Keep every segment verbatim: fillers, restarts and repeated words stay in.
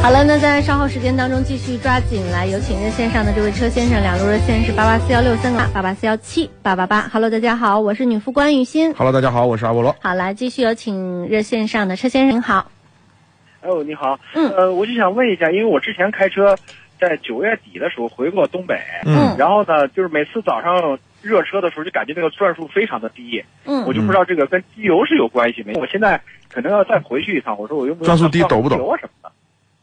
好了，那在稍后时间当中继续抓紧来，有请热线上的这位车先生，两路热线是八八四幺六三八八八四幺七八八八。Hello， 大家好，我是女副官雨欣。 Hello， 大家好，我是阿波罗。 好，来继续有请热线上的车先生，您好。 哦，你好。 嗯， 呃，我就想问一下，因为我之前开车在九月底的时候回过东北， 嗯， 然后呢，就是每次早上热车的时候就感觉那个转速非常的低， 嗯， 我就不知道这个跟机油是有关系没？我现在可能要再回去一趟，我说我用不用转速低抖不抖油啊什么的？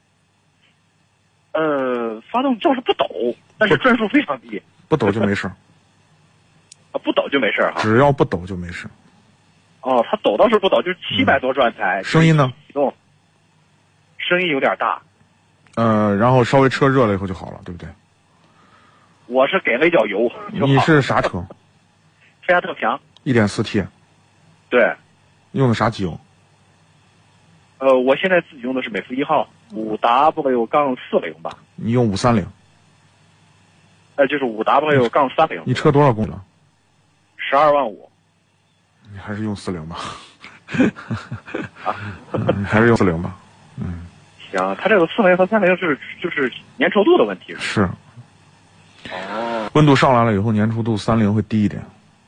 呃，发动倒是不抖，但是转速非常低。 不抖就没事。 啊，不抖就没事哈。 只要不抖就没事。 哦，它抖倒是不抖，就是七百多转才。 嗯、声音呢？ 启动。声音有点大。 呃，然后稍微车热了以后就好了，对不对？ 我是给了一脚油。 你是啥车？ 菲亚特强。 一点四 T。 对。 用的啥机油？ 呃，我现在自己用的是美孚一号五 W 杠四零吧。 你用五三零？ 呃，就是五 W 杠三零。 你车多少公里了？ 十二万五。 你还是用四零吧。 啊， 你还是用四零吧。嗯。 行，它这个四零和三零是就是粘稠度的问题。 是。 哦。 温度上来了以后，粘稠度三零会低一点。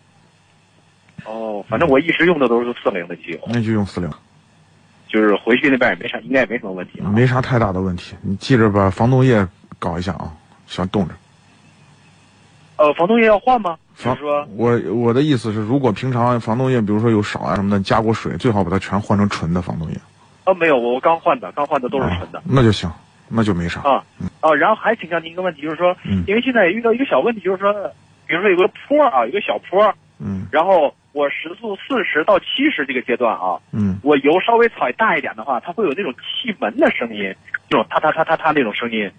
哦，反正我一直用的都是四零的机油。 那就用四零。 就是回去那边也没啥，应该也没什么问题。 没啥太大的问题，你记着把防冻液搞一下啊，小冻着。 呃，防冻液要换吗？ 防说， 我我的意思是，如果平常防冻液，比如说有少啊什么的，加过水，最好把它全换成纯的防冻液。 哦，没有，我刚换的，刚换的都是纯的。 啊、那就行，那就没啥。 啊， 嗯、 哦，然后还请教您一个问题，就是说， 嗯、 因为现在遇到一个小问题，就是说，比如说有个坡啊，有个小坡， 嗯， 然后我时速四十到七十这个阶段啊， 嗯， 我油稍微踩大一点的话，它会有那种气门的声音，那种哒哒哒哒哒那种声音。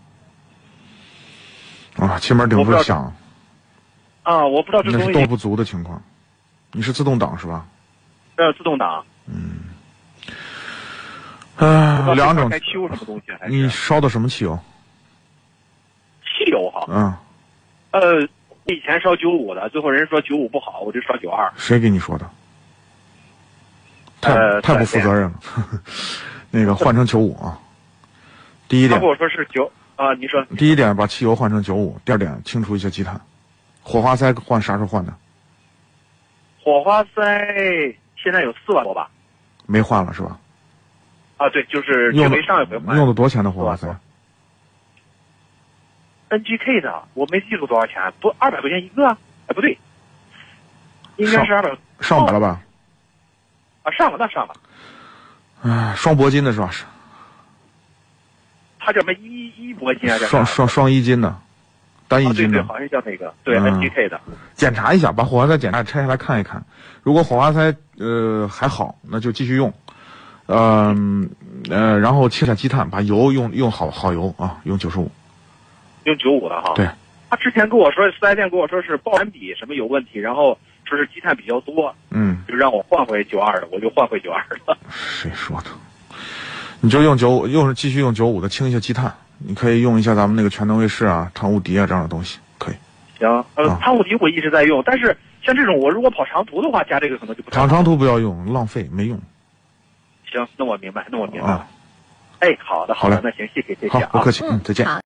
啊，气门顶不响。 啊，我不知道这东西。 那是动不足的情况。你是自动挡是吧？ 呃，自动挡。 嗯。啊、呃，两种。 该修什么东西？还是你烧的什么汽油？ 汽油哈。 嗯。 呃。以前烧九五的，最后人说九五不好，我就烧九二。 谁给你说的？太、呃、太不负责任了。那个换成九五啊。第一点。 他跟我说是九啊，你说。 第一点，把汽油换成九五；第二点，清除一些积碳。火花塞换啥时候换的？ 火花塞现在有四万多吧？ 没换了是吧？ 啊，对，就是用没上一回换。 用的多少钱的火花塞 ？N G K 的，我没记住多少钱，不二百块钱一个？哎，不对，应该是二百。 上百了吧？ 啊，上了，那上了。 啊，双铂金的是吧？是。 它叫什么一一铂金啊？ 双双双一金的，单一金的。 啊、对对，好像叫那个，对、嗯、N G K 的。 检查一下，把火花塞检查拆下来看一看，如果火花塞呃还好，那就继续用。嗯 呃, 呃，然后清下积碳，把油用用好好油啊，用九十五。 用九五的哈， 对， 他之前跟我说，四 S 店跟我说是报燃比什么有问题，然后说是积碳比较多， 嗯， 就让我换回九二的，我就换回九二的。 谁说的？你就用九五，用继续用九五的清一下积碳，你可以用一下咱们那个全能卫士啊、碳雾笛啊这样的东西，可以。 行，呃，啊、碳雾笛我一直在用，但是像这种我如果跑长途的话，加这个可能就不太好。 长长途不要用，浪费没用。 行，那我明白，那我明白了。啊、哎，好的，好的，那行，谢谢，谢谢啊， 好，不客气，嗯，再见。